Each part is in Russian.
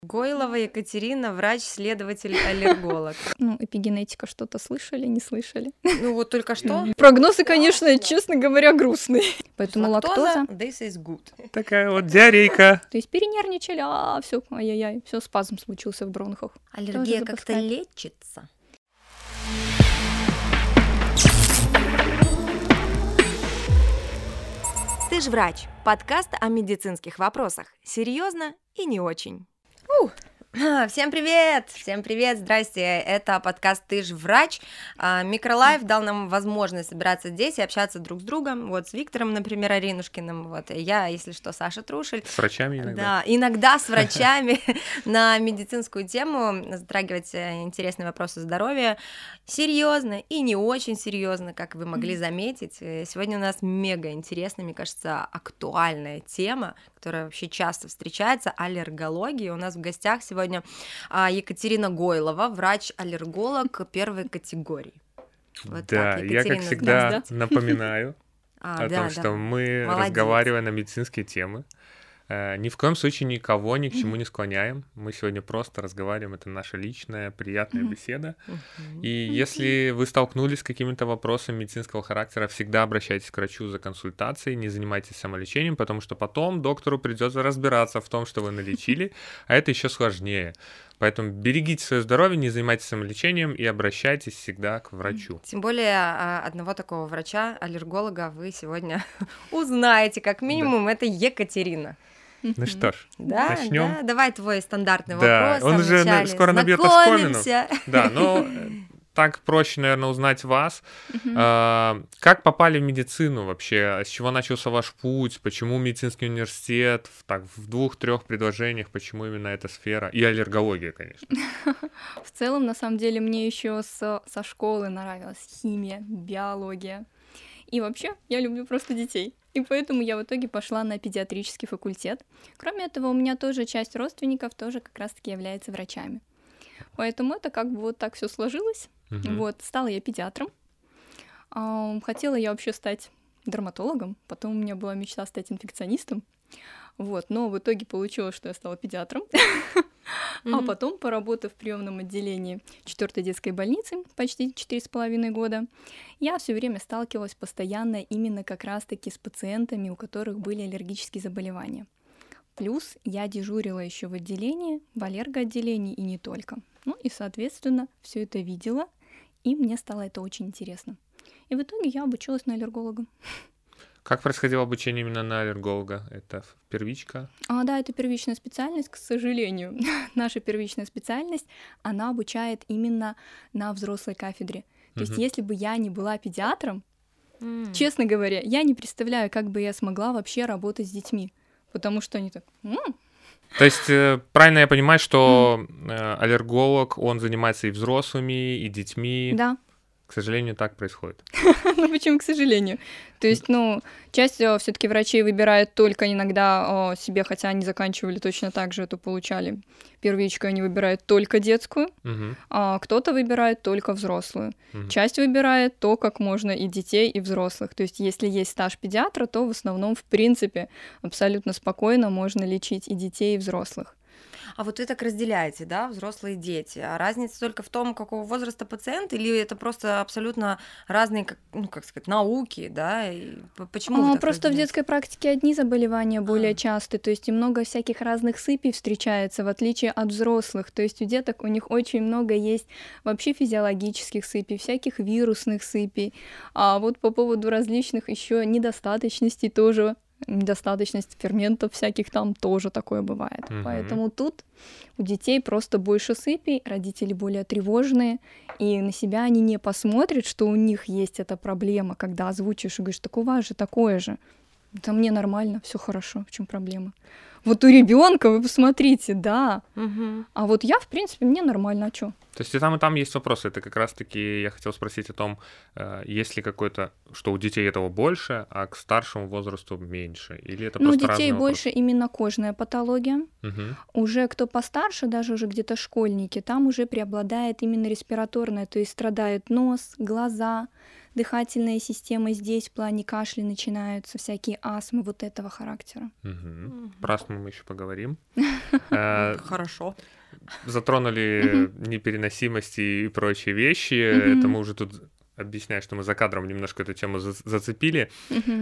Гойлова Екатерина, врач-следователь, аллерголог. Эпигенетика что-то слышали, не слышали? Вот только что. Прогнозы, конечно, честно говоря, грустные. Поэтому лактоза. This is good. Такая вот диарейка. То есть перенервничали, все, ай-яй-яй, все, спазм случился в бронхах. Аллергия как-то лечится. Ты ж врач. Подкаст о медицинских вопросах. Серьезно и не очень. Всем привет! Всем привет! Здрасте! Это подкаст «Ты ж врач». Микролайф дал нам возможность собираться здесь и общаться друг с другом. Вот с Виктором, например, Аринушкиным. Вот я, если что, Саша Трушель. С врачами иногда. Да, иногда с врачами на медицинскую тему, затрагивать интересные вопросы здоровья. Серьезно и не очень серьезно, как вы могли заметить. Сегодня у нас мега интересная, мне кажется, актуальная тема, которая вообще часто встречается, аллергология. У нас в гостях сегодня Екатерина Гойлова, врач-аллерголог первой категории. Вот да, так, я, как всегда, напоминаю о том, что мы разговариваем на медицинские темы. Ни в коем случае никого ни к чему не склоняем. Мы сегодня просто разговариваем, это наша личная, приятная беседа. И если вы столкнулись с какими-то вопросами медицинского характера, всегда обращайтесь к врачу за консультацией, не занимайтесь самолечением, потому что потом доктору придется разбираться в том, что вы налечили, а это еще сложнее. Поэтому берегите свое здоровье, не занимайтесь самолечением и обращайтесь всегда к врачу. Тем более одного такого врача, аллерголога, вы сегодня узнаете, как минимум, это Екатерина. Ну что ж, да, начнем. Да, давай твой стандартный вопрос. Он уже скоро набьет оскомину. Да, но так проще, наверное, узнать вас. Как попали в медицину вообще? С чего начался ваш путь? Почему медицинский университет? Так, в 2-3 предложениях, почему именно эта сфера? И аллергология, конечно. В целом, на самом деле, мне еще со школы нравилась химия, биология. И вообще, я люблю просто детей. И поэтому я в итоге пошла на педиатрический факультет. Кроме этого, у меня тоже часть родственников тоже как раз-таки является врачами. Поэтому это как бы вот так все сложилось. Вот, стала я педиатром. Хотела я вообще стать дерматологом. Потом у меня была мечта стать инфекционистом. Вот, но в итоге получилось, что я стала педиатром. А потом, поработав в приемном отделении 4-й детской больницы почти 4,5 года, я все время сталкивалась постоянно именно как раз-таки с пациентами, у которых были аллергические заболевания. Плюс я дежурила еще в отделении, в аллергоотделении и не только. И, соответственно, все это видела, и мне стало это очень интересно. И в итоге я обучилась на аллерголога. Как происходило обучение именно на аллерголога? Это первичка? Да, это первичная специальность, к сожалению. Наша первичная специальность, она обучает именно на взрослой кафедре. То есть если бы я не была педиатром, честно говоря, я не представляю, как бы я смогла вообще работать с детьми. Потому что они так... То есть правильно я понимаю, что аллерголог, он занимается и взрослыми, и детьми? Да. К сожалению, так происходит. Почему к сожалению? То есть, часть все-таки врачей выбирает только иногда себе, хотя они заканчивали точно так же, это получали первичку, они выбирают только детскую, а кто-то выбирает только взрослую. Часть выбирает то, как можно и детей, и взрослых. То есть, если есть стаж педиатра, то в основном, в принципе, абсолютно спокойно можно лечить и детей, и взрослых. А вот вы так разделяете, да, взрослые и дети. А разница только в том, какого возраста пациент, или это просто абсолютно разные, науки, да? И почему вы так просто в детской практике одни заболевания более частые, то есть и много всяких разных сыпей встречается, в отличие от взрослых. То есть у деток у них очень много есть вообще физиологических сыпей, всяких вирусных сыпей. А вот по поводу различных еще недостаточностей тоже. Недостаточность ферментов всяких там тоже такое бывает. Поэтому тут у детей просто больше сыпей, родители более тревожные, и на себя они не посмотрят, что у них есть эта проблема, когда озвучишь и говоришь, так у вас же такое же. Да мне нормально, все хорошо, в чем проблема? Вот у ребенка вы посмотрите, да. А вот я, в принципе, мне нормально, а чё? То есть и там есть вопросы. Это как раз-таки я хотел спросить о том, есть ли какой-то, что у детей этого больше, а к старшему возрасту меньше? Или это просто разные вопросы? У детей больше именно кожная патология. Уже кто постарше, даже уже где-то школьники, там уже преобладает именно респираторная, то есть страдают нос, глаза, дыхательная система здесь, в плане кашля начинаются, всякие астмы вот этого характера. Про астму мы еще поговорим. Хорошо. Затронули непереносимости и прочие вещи. Это мы уже тут объясняю, что мы за кадром немножко эту тему зацепили.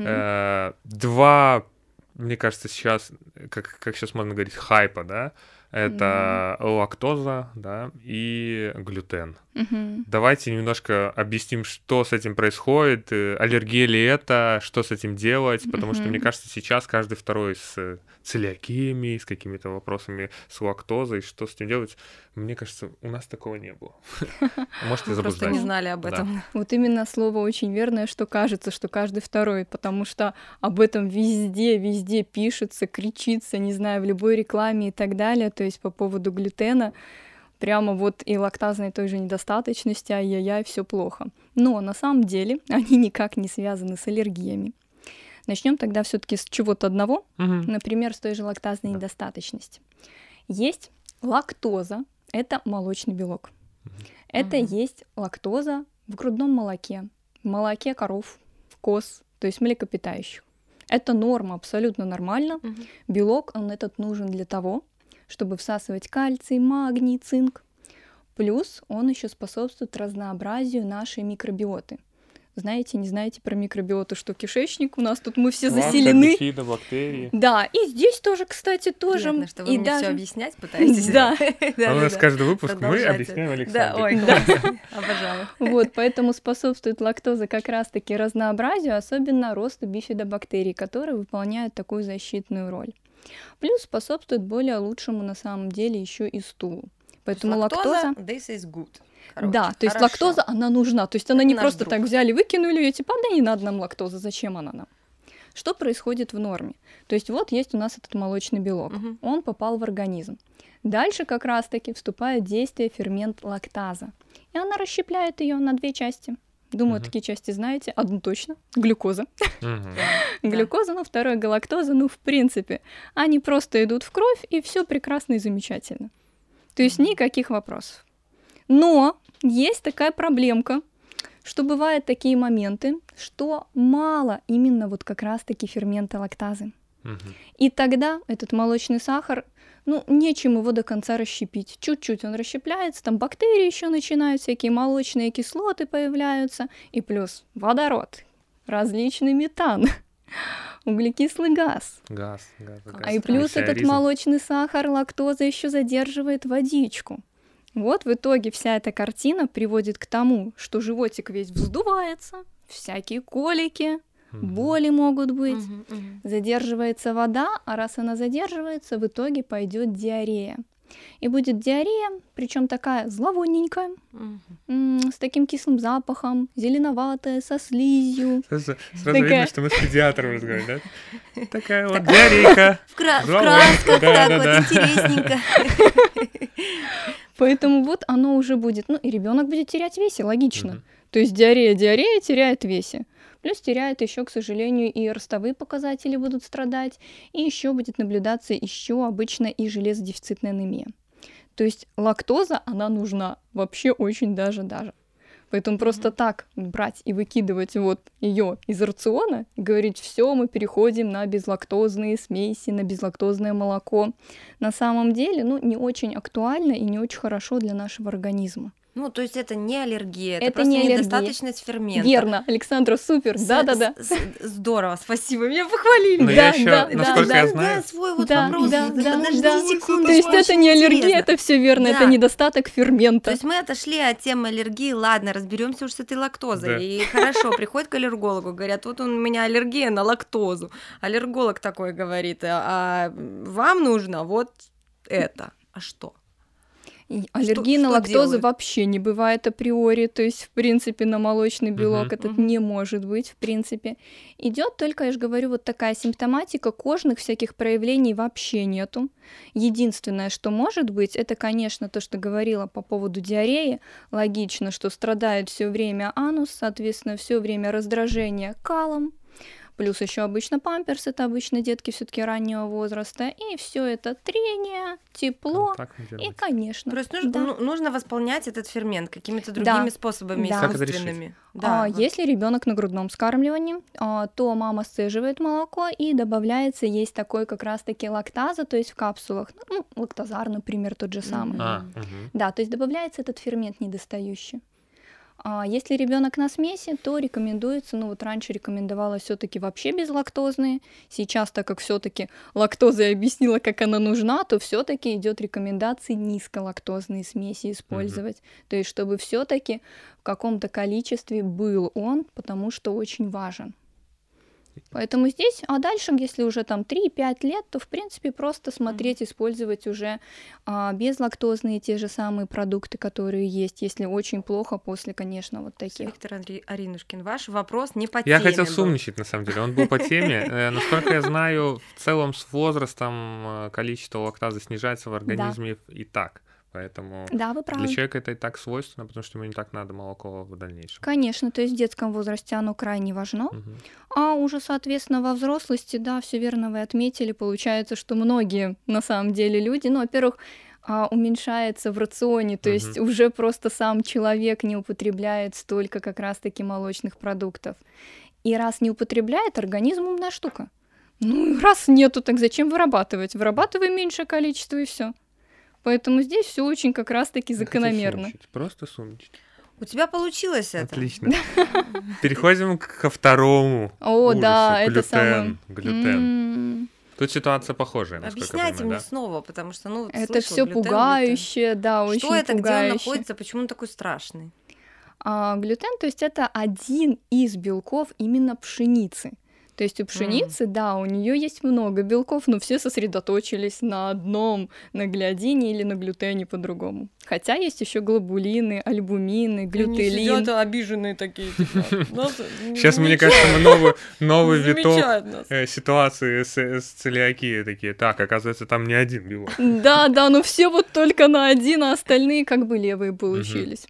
Два, мне кажется, сейчас, как сейчас можно говорить, хайпа, да? Это лактоза, да, и глютен. Давайте немножко объясним, что с этим происходит, аллергия ли это, что с этим делать, потому что, мне кажется, сейчас каждый второй с целиакией, с какими-то вопросами с лактозой, что с этим делать, мне кажется, у нас такого не было. Может, я заблуждаюсь. Просто не знали об этом. Да. Вот именно слово очень верное, что кажется, что каждый второй, потому что об этом везде пишется, кричится, не знаю, в любой рекламе и так далее, то есть по поводу глютена, прямо вот и лактазной той же недостаточности, ай-яй-яй, все плохо. Но на самом деле они никак не связаны с аллергиями. Начнем тогда все-таки с чего-то одного, например, с той же лактазной недостаточности. Есть лактоза, это молочный белок. Это есть лактоза в грудном молоке, в молоке коров, коз, то есть млекопитающих. Это норма, абсолютно нормально. Белок, он этот нужен для того, чтобы всасывать кальций, магний, цинк. Плюс он еще способствует разнообразию нашей микробиоты. Знаете, не знаете про микробиоту, что кишечник? У нас тут мы все заселены. Бифида, бактерии. Да, и здесь тоже, кстати, тоже. Приятно, что вы мне все объяснять пытаетесь. Да. А у нас каждый выпуск мы объясняем Александру. Да, ой, класс. Обожаю. Вот, поэтому способствует лактоза как раз-таки разнообразию, особенно росту бифидобактерий, которые выполняют такую защитную роль. Плюс способствует более лучшему на самом деле еще и стулу. Поэтому лактоза... This is good. Короче, да, то есть лактоза, она нужна. То есть она не просто так взяли, выкинули ее, типа, да не надо нам лактоза, зачем она нам? Что происходит в норме? То есть вот есть у нас этот молочный белок, он попал в организм. Дальше как раз-таки вступает в действие фермент лактаза. И она расщепляет ее на две части. Думаю, такие части знаете. Одну точно. Глюкоза. Глюкоза, ну, второе галактоза. Ну, в принципе, они просто идут в кровь, и все прекрасно и замечательно. То есть никаких вопросов. Но есть такая проблемка, что бывают такие моменты, что мало именно вот как раз-таки фермента лактазы. И тогда этот молочный сахар, ну, нечем его до конца расщепить. Чуть-чуть он расщепляется, там бактерии еще начинают, всякие молочные кислоты появляются, и плюс водород, различный метан, углекислый газ. Газ. И плюс этот молочный сахар, лактоза еще задерживает водичку. Вот в итоге вся эта картина приводит к тому, что животик весь вздувается, всякие колики, боли могут быть, задерживается вода, а раз она задерживается, в итоге пойдет диарея. И будет диарея, причем такая зловонненькая, с таким кислым запахом, зеленоватая, со слизью. Сразу видно, что мы с педиатром разговариваем, да? Такая вот диарейка. В красках, так вот, интересненько. Поэтому вот оно уже будет, ну и ребенок будет терять в весе, логично. То есть диарея теряет в весе. Плюс теряет еще, к сожалению, и ростовые показатели будут страдать, и еще будет наблюдаться еще обычно и железодефицитная анемия. То есть лактоза, она нужна вообще очень даже. Поэтому просто так брать и выкидывать вот ее из рациона и говорить, все, мы переходим на безлактозные смеси, на безлактозное молоко, на самом деле, ну, не очень актуально и не очень хорошо для нашего организма. Ну, то есть это не аллергия, это просто недостаточность фермента. Верно, Александра, супер, да. Здорово, спасибо, меня похвалили. Но я еще, насколько я знаю... свой вот вопрос, подождите секунду. То есть это не аллергия, это все верно, это недостаток фермента. То есть мы отошли от темы аллергии, ладно, разберемся уж с этой лактозой. И хорошо, приходят к аллергологу, говорят, вот у меня аллергия на лактозу. Аллерголог такой говорит, а вам нужно вот это. А что? Аллергии на лактозу вообще не бывает априори, то есть, в принципе, на молочный белок этот не может быть, в принципе. Идет только, я же говорю, вот такая симптоматика, кожных всяких проявлений вообще нету. Единственное, что может быть, это, конечно, то, что говорила по поводу диареи. Логично, что страдает все время анус, соответственно, все время раздражение калом. Плюс еще обычно памперс, это обычно детки все-таки раннего возраста, и все это трение, тепло, и, конечно. То есть нужно восполнять этот фермент какими-то другими способами искусственными. Если ребенок на грудном скармливании, то мама сцеживает молоко, и добавляется, есть такой как раз-таки лактаза, то есть в капсулах, лактазар, например, тот же самый. Да, то есть добавляется этот фермент недостающий. Если ребенок на смеси, то рекомендуется, раньше рекомендовалось все-таки вообще безлактозные. Сейчас, так как все-таки лактоза я объяснила, как она нужна, то все-таки идет рекомендация низколактозные смеси использовать. То есть, чтобы все-таки в каком-то количестве был он, потому что очень важен. Поэтому здесь, а дальше, если уже там 3-5 лет, то, в принципе, просто смотреть, использовать уже безлактозные те же самые продукты, которые есть, если очень плохо после, конечно, вот таких. Виктор Аринушкин, ваш вопрос не по теме. Я хотел сумничать, на самом деле, он был по теме. Насколько я знаю, в целом с возрастом количество лактазы снижается в организме и так. Поэтому вы правы. Для человека это и так свойственно, потому что ему не так надо молоко в дальнейшем. Конечно, то есть в детском возрасте оно крайне важно, а уже, соответственно, во взрослости, все верно вы отметили, получается, что многие, на самом деле, люди, во-первых, уменьшается в рационе, то есть уже просто сам человек не употребляет столько как раз-таки молочных продуктов. И раз не употребляет, организм умная штука. Раз нету, так зачем вырабатывать? Вырабатывай меньшее количество и все. Поэтому здесь все очень как раз-таки закономерно. Просто сумничать. У тебя получилось это. Отлично. Переходим ко второму ужасу. Это самое. Глютен. Тут ситуация похожая. Объясняйте мне снова, потому что, это все пугающе, очень Что это, пугающе. где он находится, почему он такой страшный? Глютен, то есть это один из белков именно пшеницы. То есть у пшеницы, у нее есть много белков, но все сосредоточились на одном, на глядине или на глютене по-другому. Хотя есть еще глобулины, альбумины, глютелин. Они сидят обиженные такие, Сейчас, мне кажется, мы новый виток ситуации с целиакией такие. Так, оказывается, там не один белок. Да, но все вот только на один, а остальные как бы левые получились.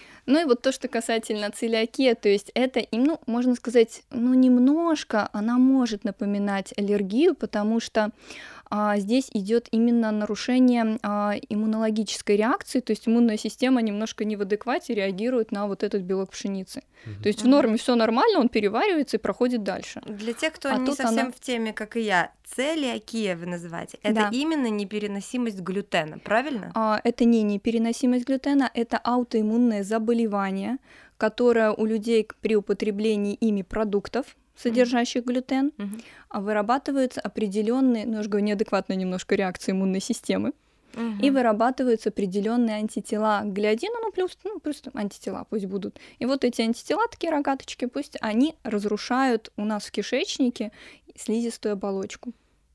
И вот то, что касательно целиакии, то есть это, можно сказать, немножко она может напоминать аллергию, потому что здесь идет именно нарушение иммунологической реакции, то есть иммунная система немножко не в адеквате реагирует на вот этот белок пшеницы. То есть в норме все нормально, он переваривается и проходит дальше. Для тех, кто не совсем в теме, как и я, целиакия вы называете, это именно непереносимость глютена, правильно? Это не непереносимость глютена, это аутоиммунное заболевание, которое у людей при употреблении ими продуктов, содержащих глютен, вырабатываются определенные, я же говорю, неадекватная немножко реакция иммунной системы, и вырабатываются определенные антитела к глядину, плюс антитела пусть будут. И вот эти антитела, такие рогаточки, пусть они разрушают у нас в кишечнике слизистую оболочку.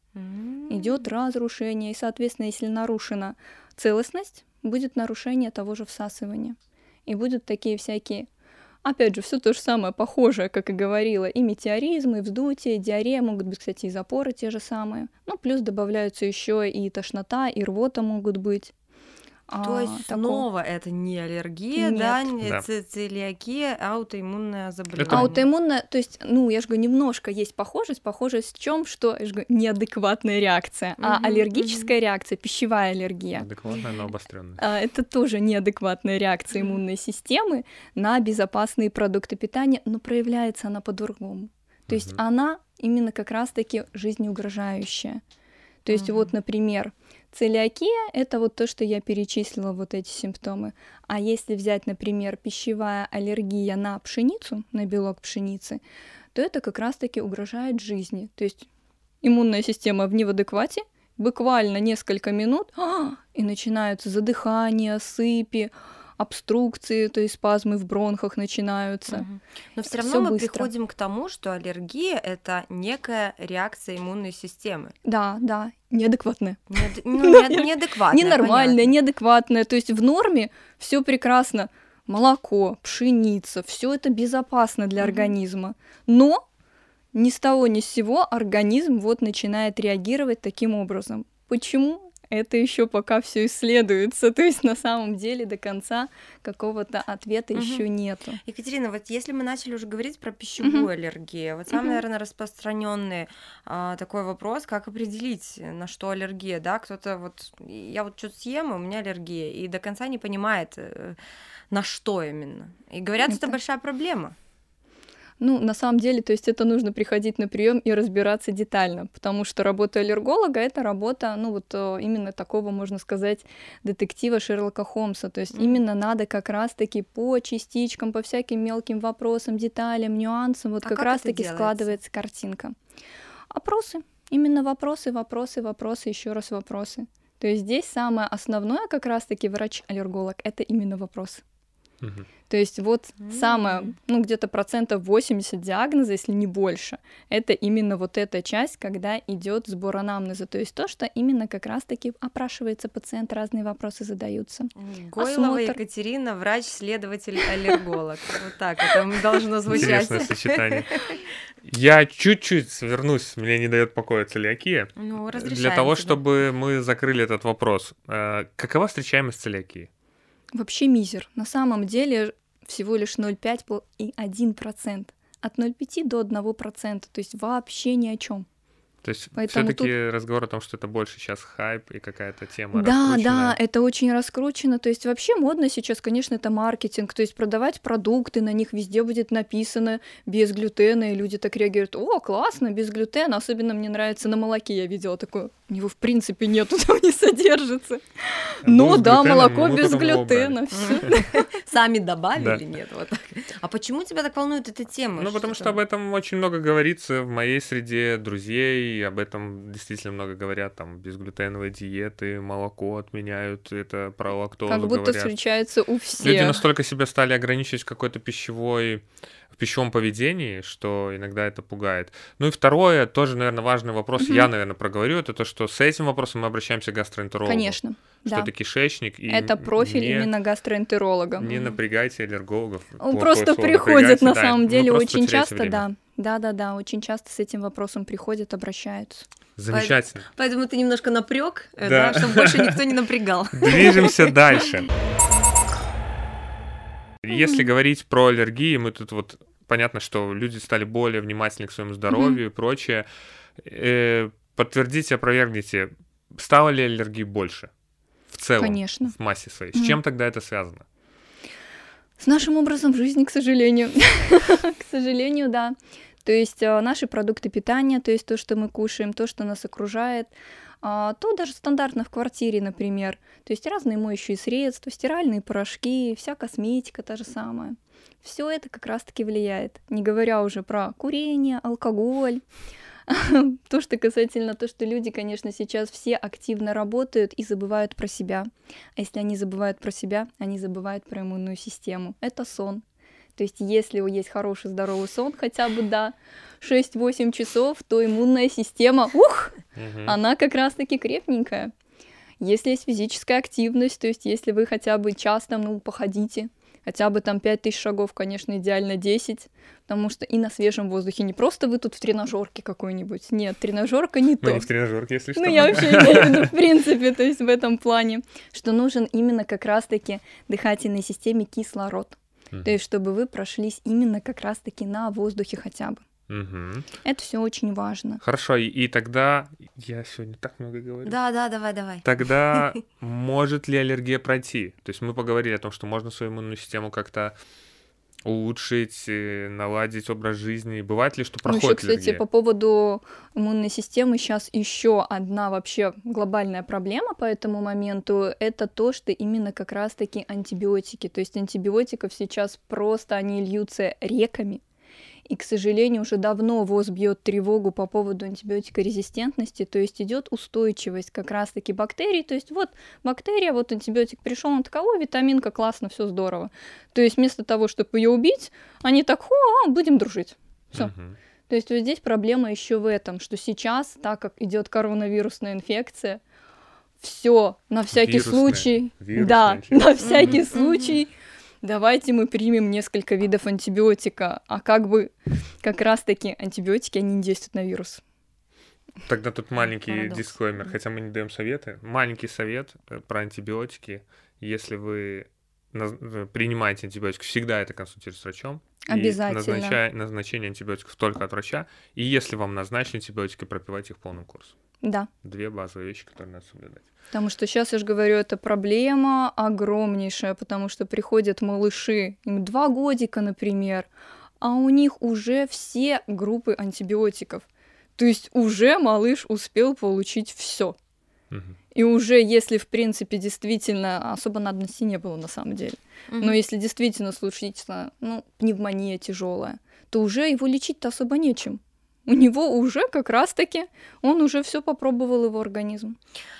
Идет разрушение, и, соответственно, если нарушена целостность, будет нарушение того же всасывания. И будут такие всякие. Опять же, все то же самое, похожее, как и говорила, и метеоризмы, и вздутие, и диарея, могут быть, кстати, и запоры те же самые. Плюс добавляются еще и тошнота, и рвота могут быть. То есть снова это не аллергия, не целиакия, аутоиммунное заболевание. Аутоиммунное, то есть, я же говорю, немножко есть похожесть в чем, что, я же говорю, неадекватная реакция, а аллергическая реакция, пищевая аллергия. Адекватная, но обостренная. Это тоже неадекватная реакция иммунной системы на безопасные продукты питания, но проявляется она по-другому. То есть она именно как раз-таки жизнеугрожающая. То есть вот, например, целиакия — это вот то, что я перечислила, вот эти симптомы. А если взять, например, пищевая аллергия на пшеницу, на белок пшеницы, то это как раз-таки угрожает жизни. То есть иммунная система в адеквате, буквально несколько минут, и начинаются задыхания, сыпи, обструкции, то есть спазмы в бронхах начинаются. Но все равно мы приходим к тому, что аллергия — это некая реакция иммунной системы. Да, неадекватная. Неадекватная. Ненормальная, неадекватная. То есть в норме все прекрасно. Молоко, пшеница, все это безопасно для организма. Но ни с того ни с сего организм начинает реагировать таким образом. Почему? это еще пока все исследуется, то есть на самом деле до конца какого-то ответа еще нету. Екатерина, вот если мы начали уже говорить про пищевую аллергию, вот самый, наверное, распространенный такой вопрос, как определить, на что аллергия, да, кто-то вот, я вот что-то съем, и у меня аллергия, и до конца не понимает, на что именно. И говорят, это большая проблема. Ну, на самом деле, то есть это нужно приходить на прием и разбираться детально, потому что работа аллерголога — это работа, ну, вот именно такого, можно сказать, детектива Шерлока Холмса, то есть именно надо как раз-таки по частичкам, по всяким мелким вопросам, деталям, нюансам, вот как раз-таки складывается картинка. Опросы, именно вопросы, еще раз вопросы. То есть здесь самое основное как раз-таки врач-аллерголог — это именно вопросы. То есть вот самое, ну, где-то 80% диагноза, если не больше, это именно вот эта часть, когда идет сбор анамнеза, то есть то, что именно как раз-таки опрашивается пациент, разные вопросы задаются. Гойлова Екатерина, врач-следователь, аллерголог. Вот так это должно звучать. Интересное сочетание. Я чуть-чуть вернусь, мне не дает покоя целиакия. Ну, для того, чтобы мы закрыли этот вопрос. Какова встречаемость целиакии? Вообще мизер. На самом деле всего лишь 0,5 и 1%. От 0,5 до 1%. То есть вообще ни о чем. То есть все-таки разговор о том, что это больше сейчас хайп и какая-то тема раскрученная. Да, это очень раскручено. То есть вообще модно сейчас, конечно, это маркетинг. То есть продавать продукты, на них везде будет написано без глютена, и люди так реагируют: о, классно, без глютена. Особенно мне нравится на молоке, я видела такое. У него в принципе нету, там не содержится. Но да, молоко без глютена. Сами добавили, нет? Вот так. А почему тебя так волнует эта тема? Ну, потому что об этом очень много говорится в моей среде друзей. И об этом действительно много говорят, там, безглютеновые диеты, молоко отменяют, это про лактозу как будто говорят. Встречается у всех. Люди настолько себя стали ограничивать в какой-то в пищевом поведении, что иногда это пугает. Ну и второе, тоже, наверное, важный вопрос, я, наверное, проговорю, это то, что с этим вопросом мы обращаемся к гастроэнтерологу. Конечно, что это кишечник. И это профиль именно гастроэнтеролога. Не напрягайте аллергологов. Он просто приходит, на самом деле, очень часто, да, очень часто с этим вопросом приходят, обращаются. Замечательно. Поэтому ты немножко напряг, да, чтобы больше никто не напрягал. Движемся дальше. Если говорить про аллергии, мы тут вот понятно, что люди стали более внимательны к своему здоровью и прочее. Подтвердите, опровергните, стало ли аллергии больше в целом, конечно, в массе своей? С чем тогда это связано? С нашим образом жизни, к сожалению. К сожалению, да. То есть наши продукты питания, то есть то, что мы кушаем, то, что нас окружает, то даже стандартно в квартире, например. То есть разные моющие средства, стиральные порошки, вся косметика та же самая. Все это как раз-таки влияет. Не говоря уже про курение, алкоголь. То, что касательно то, что люди, конечно, сейчас все активно работают и забывают про себя. А если они забывают про себя, они забывают про иммунную систему. Это сон. То есть если есть хороший здоровый сон, хотя бы, 6-8 часов, то иммунная система, она как раз-таки крепненькая. Если есть физическая активность, то есть если вы хотя бы часто, походите, хотя бы там 5000 шагов, конечно, идеально 10, потому что и на свежем воздухе, не просто вы тут в тренажерке какой-нибудь, нет, тренажерка не то. Не в тренажерке, если что. Я вообще имею в виду, в принципе, то есть в этом плане, что нужен именно как раз-таки дыхательной системе кислород. То есть, чтобы вы прошлись именно как раз-таки на воздухе хотя бы. Это все очень важно. Хорошо, и тогда... Я сегодня так много говорю. Да, давай. Тогда может ли аллергия пройти? То есть мы поговорили о том, что можно свою иммунную систему как-то улучшить, наладить образ жизни. Бывает ли, что проходит аллергия? Кстати, по поводу иммунной системы сейчас еще одна вообще глобальная проблема по этому моменту, это то, что именно как раз-таки антибиотики. То есть антибиотиков сейчас просто они льются реками. И, к сожалению, уже давно ВОЗ бьет тревогу по поводу антибиотикорезистентности, то есть идет устойчивость как раз-таки бактерий. То есть вот бактерия, вот антибиотик пришел, он такой: витаминка, классно, все здорово. То есть вместо того, чтобы ее убить, они так: будем дружить. Все. То есть вот здесь проблема еще в этом, что сейчас, так как идет коронавирусная инфекция, все на всякий случай, на всякий случай. Давайте мы примем несколько видов антибиотика, а как раз-таки антибиотики, они не действуют на вирус. Тогда тут маленький дисклеймер, хотя мы не даем советы. Маленький совет про антибиотики. Если вы принимаете антибиотики, всегда это консультируйтесь с врачом. Обязательно. И назначение антибиотиков только от врача. И если вам назначили антибиотики, пропивайте их полным курсом. Да. 2 базовые вещи, которые надо соблюдать. Потому что сейчас, я же говорю, это проблема огромнейшая, потому что приходят малыши, им 2 годика, например, а у них уже все группы антибиотиков. То есть уже малыш успел получить все. И уже если, в принципе, действительно, особо надобности не было на самом деле, но если действительно случится, пневмония тяжелая, то уже его лечить-то особо нечем. У него уже как раз-таки, он уже все попробовал, его организм.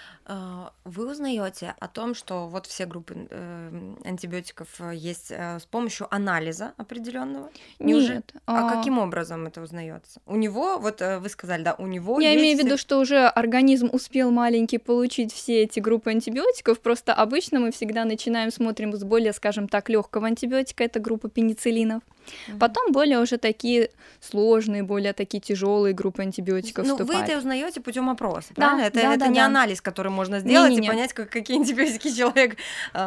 Вы узнаете о том, что вот все группы антибиотиков есть с помощью анализа определенного? Нет. А каким образом это узнается? У него, вот вы сказали, да, у него Я есть... имею в виду, что уже организм успел маленький получить все эти группы антибиотиков, просто обычно мы всегда начинаем, смотрим с более, скажем так, легкого антибиотика, это группа пенициллинов. Потом более уже такие сложные, более такие тяжелые группы антибиотиков вступают. Вы это узнаете путем опроса, правильно? Это не анализ, который можно сделать и понять, какие антибиотики человек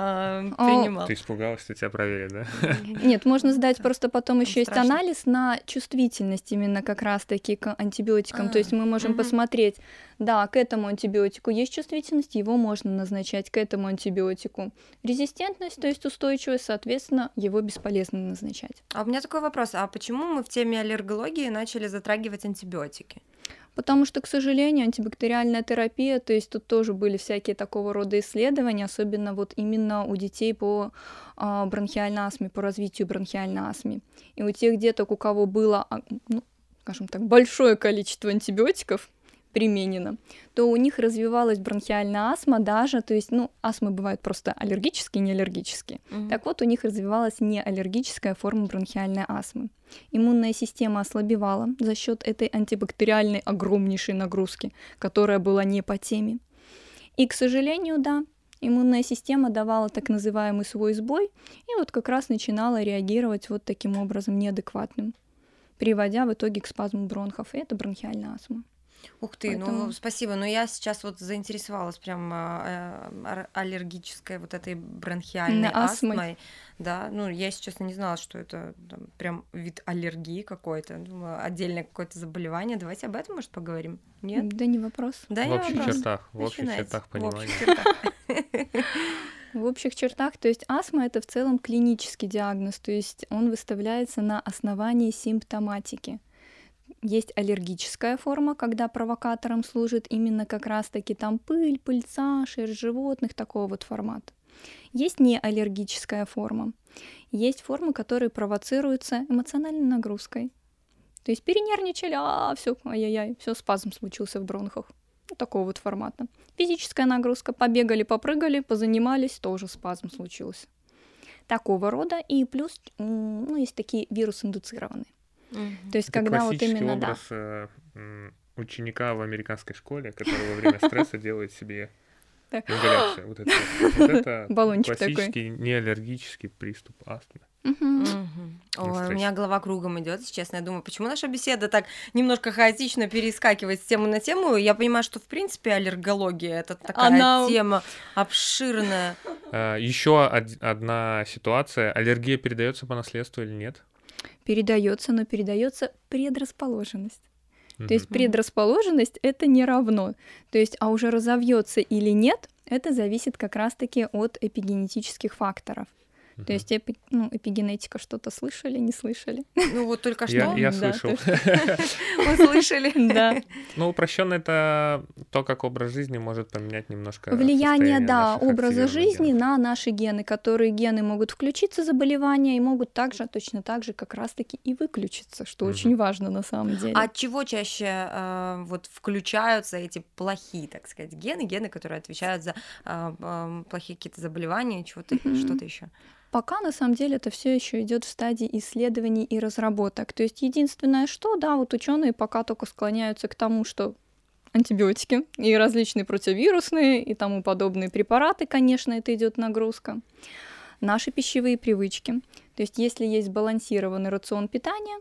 принимал. Ты испугалась, что тебя проверят, да? Нет, можно сдать просто потом еще есть анализ на чувствительность именно как раз-таки к антибиотикам. То есть мы можем посмотреть, да, к этому антибиотику есть чувствительность, его можно назначать, к этому антибиотику резистентность, то есть устойчивость, соответственно, его бесполезно назначать. А у меня такой вопрос, а почему мы в теме аллергологии начали затрагивать антибиотики? Потому что, к сожалению, антибактериальная терапия, то есть тут тоже были всякие такого рода исследования, особенно вот именно у детей по бронхиальной астме, по развитию бронхиальной астмы. И у тех деток, у кого было, скажем так, большое количество антибиотиков применено, то у них развивалась бронхиальная астма даже, то есть, астмы бывают просто аллергические и неаллергические. Так вот, у них развивалась неаллергическая форма бронхиальной астмы. Иммунная система ослабевала за счет этой антибактериальной огромнейшей нагрузки, которая была не по теме. И, к сожалению, да, иммунная система давала так называемый свой сбой, и вот как раз начинала реагировать вот таким образом неадекватным, приводя в итоге к спазму бронхов, и это бронхиальная астма. Ух ты, спасибо, но я сейчас вот заинтересовалась прям аллергической вот этой бронхиальной астмой. Да, я, если честно, не знала, что это прям вид аллергии какой-то, отдельное какое-то заболевание. Давайте об этом, может, поговорим? Нет? Да, не вопрос. Да, в общих чертах понимания. В общих чертах, то есть астма — это в целом клинический диагноз, то есть он выставляется на основании симптоматики. Есть аллергическая форма, когда провокатором служит именно как раз-таки там пыль, пыльца, шерсть животных, такого вот формата. Есть неаллергическая форма. Есть формы, которые провоцируются эмоциональной нагрузкой. То есть перенервничали, все, ай-яй-яй, все, спазм случился в бронхах. Такого вот формата. Физическая нагрузка, побегали, попрыгали, позанимались, тоже спазм случился. Такого рода. И плюс, есть такие вирус-индуцированные. То есть, это когда вот именно образ ученика в американской школе, который во время стресса делает себе ингаляцию. Вот это классический неаллергический приступ астмы. Ой, у меня голова кругом идет, если честно. Я думаю, почему наша беседа так немножко хаотично перескакивает с темы на тему. Я понимаю, что в принципе аллергология — это такая тема обширная. Еще одна ситуация. Аллергия передается по наследству или нет? Передается, но передается предрасположенность. То есть предрасположенность — это не равно. То есть, а уже разовьется или нет, это зависит как раз-таки от эпигенетических факторов. То есть эпигенетика, что-то слышали, не слышали? Вот только что. Я слышал. Услышали. Да. Упрощенно это то, как образ жизни может поменять немножко влияние, образа жизни на наши гены, которые гены могут включиться заболевания и могут точно так же как раз-таки и выключиться, что очень важно на самом деле. А от чего чаще включаются эти плохие, так сказать, гены, которые отвечают за плохие какие-то заболевания, что-то еще? Пока на самом деле это все еще идет в стадии исследований и разработок. То есть единственное, что, ученые пока только склоняются к тому, что антибиотики и различные противовирусные и тому подобные препараты, конечно, это идет нагрузка. Наши пищевые привычки. То есть если есть сбалансированный рацион питания,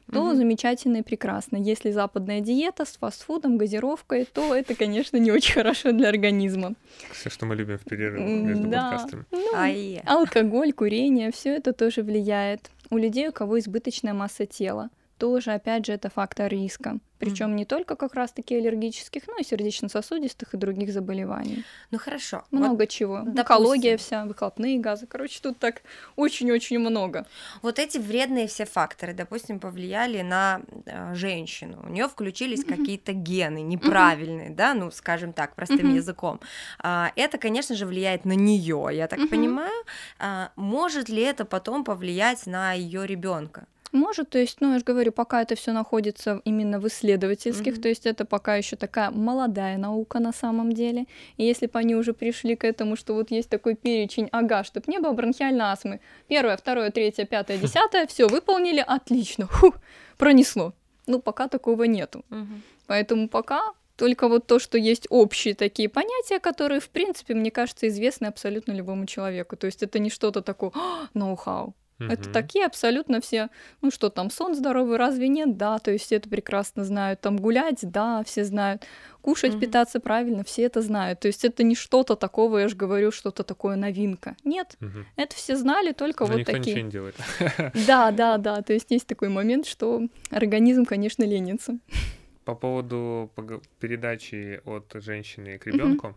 то замечательно и прекрасно. Если западная диета с фастфудом, газировкой, то это, конечно, не очень хорошо для организма. Все, что мы любим в перерыве между подкастами. Алкоголь, курение, все это тоже влияет. У людей, у кого избыточная масса тела, тоже, опять же, это фактор риска. Причем не только как раз-таки аллергических, но и сердечно-сосудистых и других заболеваний. Ну хорошо. Много чего. Экология вся, выхлопные газы. Короче, тут так очень-очень много. Вот эти вредные все факторы, допустим, повлияли на женщину. У нее включились какие-то гены неправильные, да, ну, скажем так, простым языком. Это, конечно же, влияет на нее, я так понимаю. Может ли это потом повлиять на ее ребенка? Может, то есть, ну, я же говорю, пока это все находится именно в исследовательских, то есть это пока еще такая молодая наука на самом деле. И если бы они уже пришли к этому, что вот есть такой перечень, чтобы не было бронхиальной астмы, 1, 2, 3, 5, 10, все выполнили, отлично, пронесло. Ну, пока такого нету. Поэтому пока только вот то, что есть общие такие понятия, которые, в принципе, мне кажется, известны абсолютно любому человеку. То есть это не что-то такое ноу-хау. Это такие абсолютно все, ну что там, сон здоровый, разве нет? Да, то есть все это прекрасно знают. Там гулять, да, все знают. Кушать, питаться правильно, все это знают. То есть это не что-то такого, я же говорю, что-то такое новинка. Нет, это все знали, только но вот никто такие. Ничего не делает. Да, то есть есть такой момент, что организм, конечно, ленится. По поводу передачи от женщины к ребенку,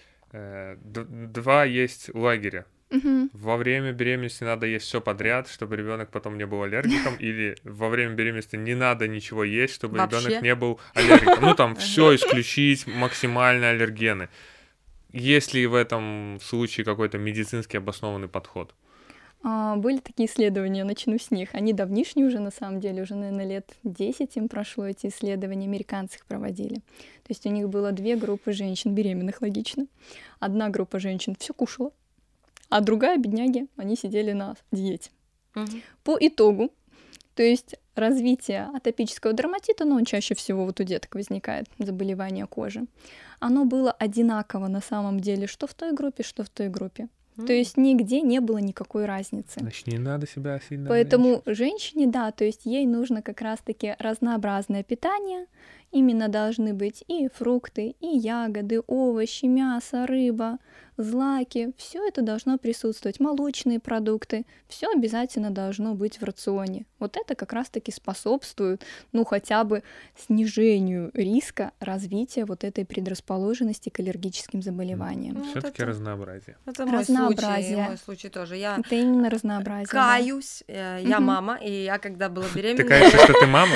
2 есть лагеря. Во время беременности надо есть все подряд, чтобы ребенок потом не был аллергиком, или во время беременности не надо ничего есть, чтобы ребенок не был аллергиком. Ну там все исключить, максимально аллергены. Есть ли в этом случае какой-то медицински обоснованный подход? Были такие исследования, начну с них. Они давнишние уже, на самом деле, уже, наверное, лет 10 им прошло, эти исследования, американцы их проводили. То есть у них было 2 группы женщин беременных, логично. Одна группа женщин все кушала, а другая, бедняги, они сидели на диете. По итогу, то есть развитие атопического дерматита, но он чаще всего вот у деток возникает, заболевание кожи, оно было одинаково на самом деле, что в той группе, что в той группе. То есть нигде не было никакой разницы. Значит, не надо себя сильно Поэтому женщине, да, то есть ей нужно как раз-таки разнообразное питание. Именно должны быть и фрукты, и ягоды, овощи, мясо, рыба, злаки. Все это должно присутствовать. Молочные продукты. Все обязательно должно быть в рационе. Вот это как раз-таки способствует, ну, хотя бы снижению риска развития вот этой предрасположенности к аллергическим заболеваниям. Ну, все-таки разнообразие. Это разнообразие. Мой случай тоже. Я это именно разнообразие. Каюсь. Да. Я мама, и я когда была беременна... Ты каешься, что ты мама?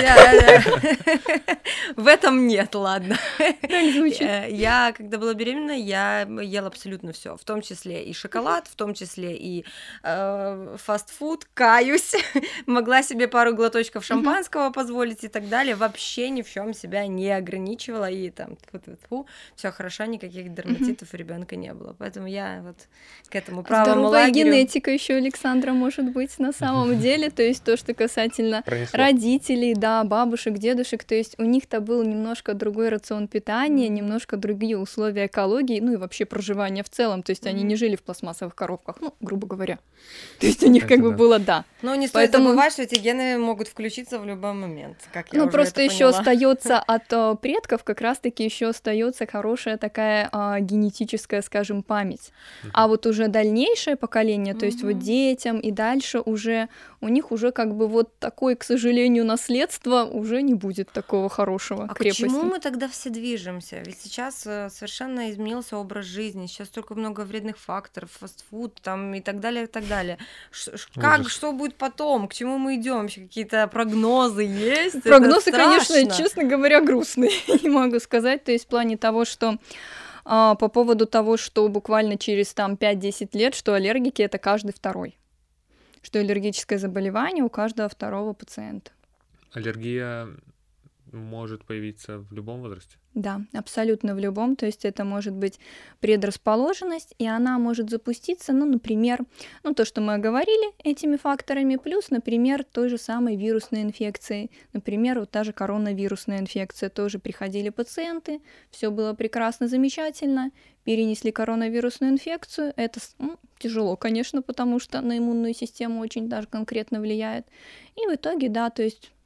В этом нет, ладно. Так звучит. Я, когда была беременна, я ела абсолютно все, в том числе и шоколад, в том числе и фастфуд, каюсь, могла себе пару глоточков шампанского позволить и так далее, вообще ни в чем себя не ограничивала, и там все хорошо, никаких дерматитов у ребенка не было, поэтому я вот к этому правому лагерю. Здоровая генетика еще, Александра, может быть, на самом деле, то есть то, что касательно родителей, да, бабушек, дедушек, то есть у них-то был немножко другой рацион питания, немножко другие условия экологии, ну и вообще проживания в целом, то есть они не жили в пластмассовых коробках, ну, грубо говоря. То есть у них как бы было, да. Но не стоит забывать, что эти гены могут включиться в любой момент, как я уже просто это еще поняла. остается от предков, как раз-таки еще остается хорошая такая генетическая, скажем, память. А вот уже дальнейшее поколение, то есть вот детям и дальше уже у них уже как бы вот такое, к сожалению, наследство уже не будет такого хорошего, крепости. К чему мы тогда все движемся? Ведь сейчас совершенно изменился образ жизни, сейчас столько много вредных факторов, фастфуд там и так далее, и так далее. Что будет потом? К чему мы идем? Вообще какие-то прогнозы есть? Прогнозы, конечно, честно говоря, грустные, не могу сказать, то есть в плане того, что по поводу того, что буквально через там 5-10 лет, что аллергики — это каждый второй, что аллергическое заболевание у каждого второго пациента. Аллергия может появиться в любом возрасте? Да, абсолютно в любом, то есть это может быть предрасположенность, и она может запуститься, ну, например, ну, то, что мы говорили этими факторами, плюс, например, той же самой вирусной инфекцией, например, вот та же коронавирусная инфекция, тоже приходили пациенты, все было прекрасно, замечательно, перенесли коронавирусную инфекцию, это тяжело, конечно, потому что на иммунную систему очень даже конкретно влияет, и в итоге, да, то есть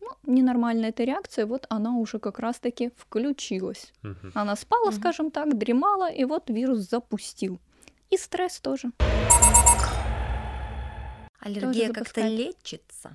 ненормальная эта реакция, вот она уже как раз-таки включилась. Она спала, скажем так, дремала, и вот вирус запустил. И стресс тоже. Аллергия как-то лечится?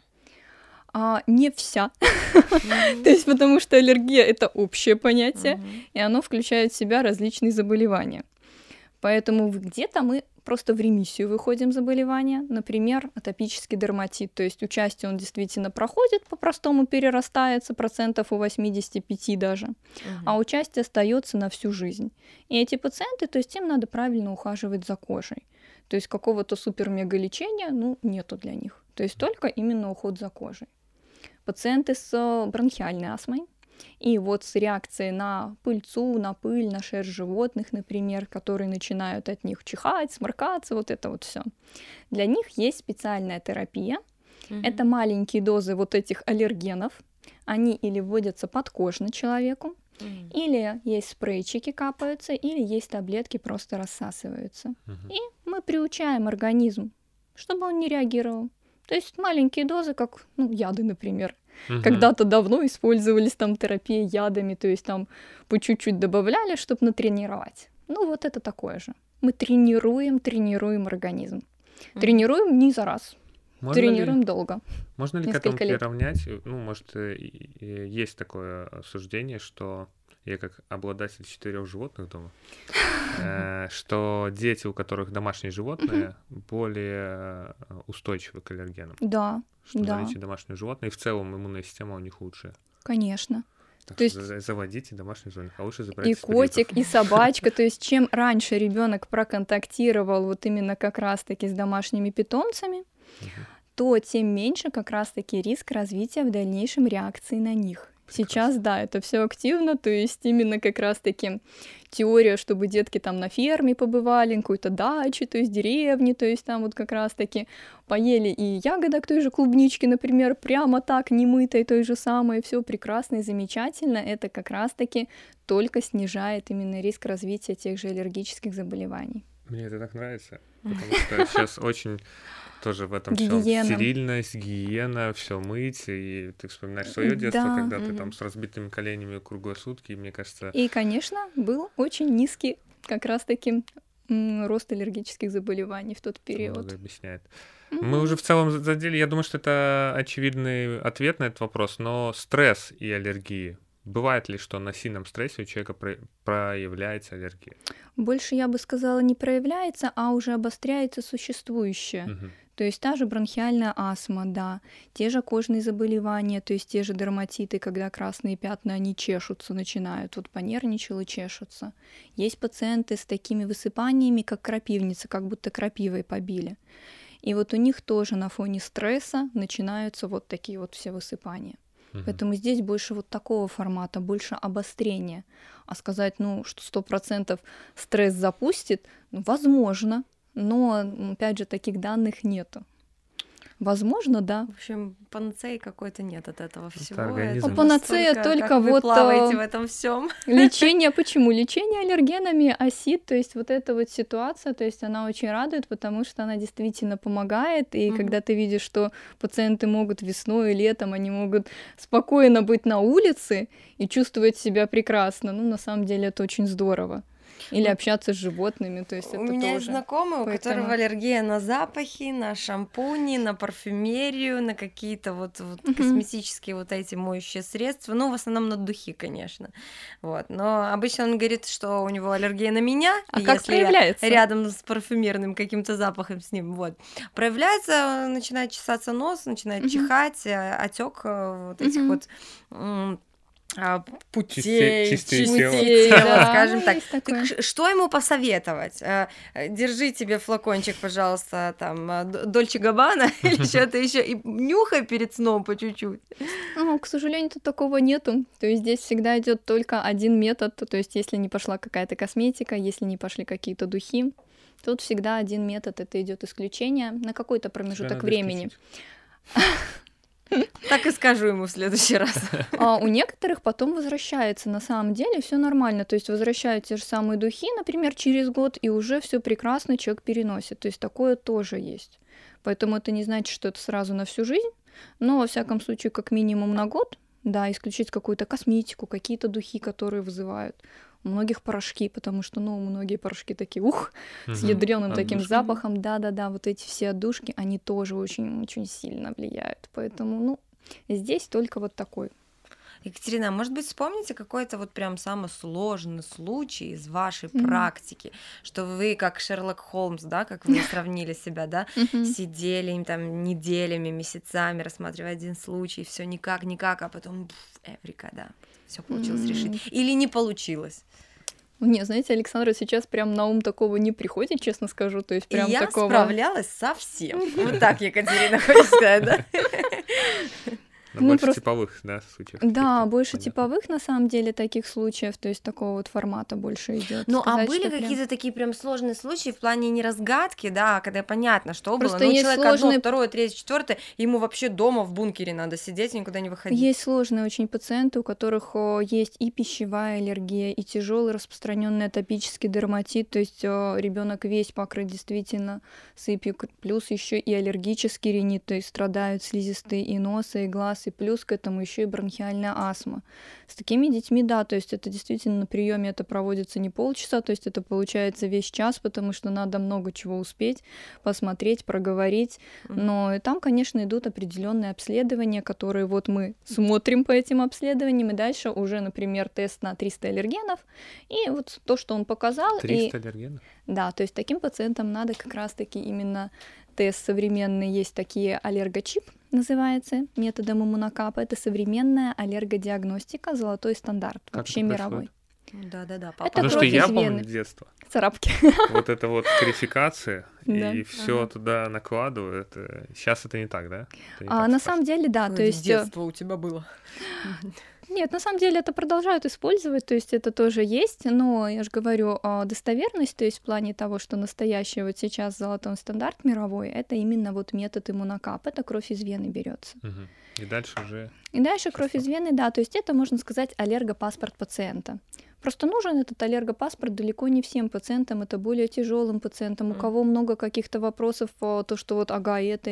Не вся. То есть потому что аллергия — это общее понятие, и оно включает в себя различные заболевания. Поэтому где-то мы просто в ремиссию выходим заболевания. Например, атопический дерматит. То есть у части он действительно проходит, по-простому перерастается, процентов у 85 даже, а у части остается на всю жизнь. И эти пациенты, то есть им надо правильно ухаживать за кожей. То есть какого-то супер-мега-лечения, нету для них. То есть только именно уход за кожей. Пациенты с бронхиальной астмой и вот с реакцией на пыльцу, на пыль, на шерсть животных, например, которые начинают от них чихать, сморкаться, вот это вот все. Для них есть специальная терапия. Это маленькие дозы вот этих аллергенов. Они или вводятся подкожно человеку, или есть спрейчики капаются, или есть таблетки просто рассасываются. И мы приучаем организм, чтобы он не реагировал. То есть маленькие дозы, как яды, например. Когда-то давно использовались там терапии ядами, то есть там по чуть-чуть добавляли, чтобы натренировать. Вот это такое же. Мы тренируем организм. Тренируем не за раз. Тренируем долго. Можно ли к этому приравнять? Может, есть такое суждение, что я как обладатель 4 животных дома, что дети, у которых домашние животные, более устойчивы к аллергенам. Да. Что наличие домашних животных, и в целом иммунная система у них лучшая. Конечно. Так то что заводите домашних животных, а лучше забирайте и котик, и собачка. То есть чем раньше ребенок проконтактировал вот именно как раз-таки с домашними питомцами, то тем меньше как раз-таки риск развития в дальнейшем реакции на них. Сейчас, да, это все активно, то есть именно как раз-таки теория, чтобы детки там на ферме побывали, на какой-то даче, то есть деревне, то есть там вот как раз-таки поели и ягодок той же клубнички, например, прямо так, немытой, той же самой, все прекрасно и замечательно, это как раз-таки только снижает именно риск развития тех же аллергических заболеваний. Мне это так нравится, потому что сейчас очень... тоже в этом всем стерильность, гигиена, все мыть, и ты вспоминаешь свое детство, когда ты там с разбитыми коленями круглые сутки, и мне кажется... И, конечно, был очень низкий как раз-таки рост аллергических заболеваний в тот период. Много объясняет. Мы уже в целом задели, я думаю, что это очевидный ответ на этот вопрос, но стресс и аллергии. Бывает ли, что на сильном стрессе у человека проявляется аллергия? Больше, я бы сказала, не проявляется, а уже обостряется существующее. То есть та же бронхиальная астма, да, те же кожные заболевания, то есть те же дерматиты, когда красные пятна, они чешутся, начинают, вот понервничал и чешутся. Есть пациенты с такими высыпаниями, как крапивница, как будто крапивой побили. И вот у них тоже на фоне стресса начинаются вот такие вот все высыпания. Поэтому здесь больше вот такого формата, больше обострения. А сказать, что 100% стресс запустит, возможно. Но, опять же, таких данных нету. Возможно, да. В общем, панацеи какой-то нет от этого всего. Панацея только вы плаваете в этом всем. Лечение, почему? Лечение аллергенами, АСИД, то есть вот эта вот ситуация, то есть она очень радует, потому что она действительно помогает, и когда ты видишь, что пациенты могут весной и летом, они могут спокойно быть на улице и чувствовать себя прекрасно, на самом деле это очень здорово. Или общаться с животными, то есть это тоже. У меня есть знакомые, у которых аллергия на запахи, на шампуни, на парфюмерию, на какие-то вот косметические вот эти моющие средства, в основном на духи, конечно. Вот. Но обычно он говорит, что у него аллергия на меня, а как если проявляется? Я рядом с парфюмерным каким-то запахом с ним, вот. Проявляется, начинает чесаться нос, начинает чихать, отек вот этих вот путей, тела, скажем так. Что ему посоветовать? Держи тебе флакончик, пожалуйста, там, Дольче Габбана или что-то еще, и нюхай перед сном по чуть-чуть. К сожалению, тут такого нету. То есть здесь всегда идет только один метод. То есть если не пошла какая-то косметика, если не пошли какие-то духи, тут всегда один метод, это идет исключение на какой-то промежуток времени. Так и скажу ему в следующий раз. А у некоторых потом возвращается, на самом деле все нормально, то есть возвращают те же самые духи, например, через год, и уже все прекрасно человек переносит, то есть такое тоже есть. Поэтому это не значит, что это сразу на всю жизнь, но, во всяком случае, как минимум на год, да, исключить какую-то косметику, какие-то духи, которые вызывают. У многих порошки, потому что, многие порошки такие, с ядрёным таким запахом, да-да-да, вот эти все отдушки, они тоже очень-очень сильно влияют, поэтому, здесь только вот такой. Екатерина, может быть, вспомните какой-то вот прям самый сложный случай из вашей практики, что вы как Шерлок Холмс, да, как вы сравнили себя, да, сидели там неделями, месяцами, рассматривая один случай, все никак, а потом эврика, да, все получилось решить. Или не получилось? Не, знаете, Александра, сейчас прям на ум такого не приходит, честно скажу, то есть прям я такого... справлялась со всем. Вот так, Екатерина, хочешь сказать, да? Больше типовых, да, случаев. Да, больше типовых, на самом деле, таких случаев, то есть такого вот формата больше идет. А были какие-то такие прям сложные случаи в плане не разгадки, да, когда понятно, что Просто было, есть человек сложные... 1, 2, 3, 4, ему вообще дома в бункере надо сидеть и никуда не выходить. Есть сложные очень пациенты, у которых есть и пищевая аллергия, и тяжелый распространенный атопический дерматит, то есть ребенок весь покрыт действительно сыпью, плюс еще и аллергический ринит, то есть страдают слизистые и носа, и глаз, и плюс к этому еще и бронхиальная астма. С такими детьми, да, то есть это действительно на приеме это проводится не полчаса, то есть это получается весь час, потому что надо много чего успеть, посмотреть, проговорить. Но и там, конечно, идут определенные обследования, которые вот мы смотрим по этим обследованиям, и дальше уже, например, тест на 300 аллергенов, и вот то, что он показал. 300 аллергенов? Да, то есть таким пациентам надо как раз-таки именно тест современный, есть такие аллергочип, называется, методом иммунокапа. Это современная аллергодиагностика, золотой стандарт, как вообще мировой. Да. Это потому что я помню детство. Царапки. Вот это вот карификация, и все туда накладывают. Сейчас это не так, да? На самом деле, да. То есть детство у тебя было. Нет, на самом деле это продолжают использовать, то есть это тоже есть, но я же говорю, достоверность, то есть в плане того, что настоящий вот сейчас золотой стандарт мировой, это именно вот метод иммунокап, это кровь из вены берется. И дальше уже... И дальше кровь из вены, да, то есть это, можно сказать, аллергопаспорт пациента. Просто нужен этот аллергопаспорт далеко не всем пациентам, это более тяжелым пациентам, у кого много каких-то вопросов, то, что вот, это.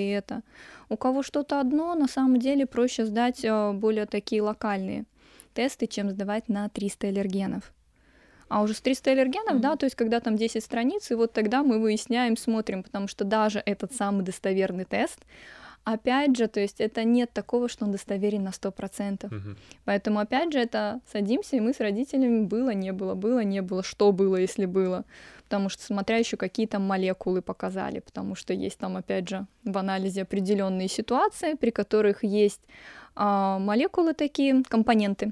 У кого что-то одно, на самом деле проще сдать более такие локальные тесты, чем сдавать на 300 аллергенов. А уже с 300 аллергенов, да, то есть когда там 10 страниц, и вот тогда мы выясняем, смотрим, потому что даже этот самый достоверный тест, опять же, то есть это нет такого, что он достоверен на 100%. Поэтому, опять же, это садимся, и мы с родителями было, не было, что было, если было. Потому что, смотря еще какие там молекулы показали, потому что есть там, опять же, в анализе определенные ситуации, при которых есть молекулы такие, компоненты,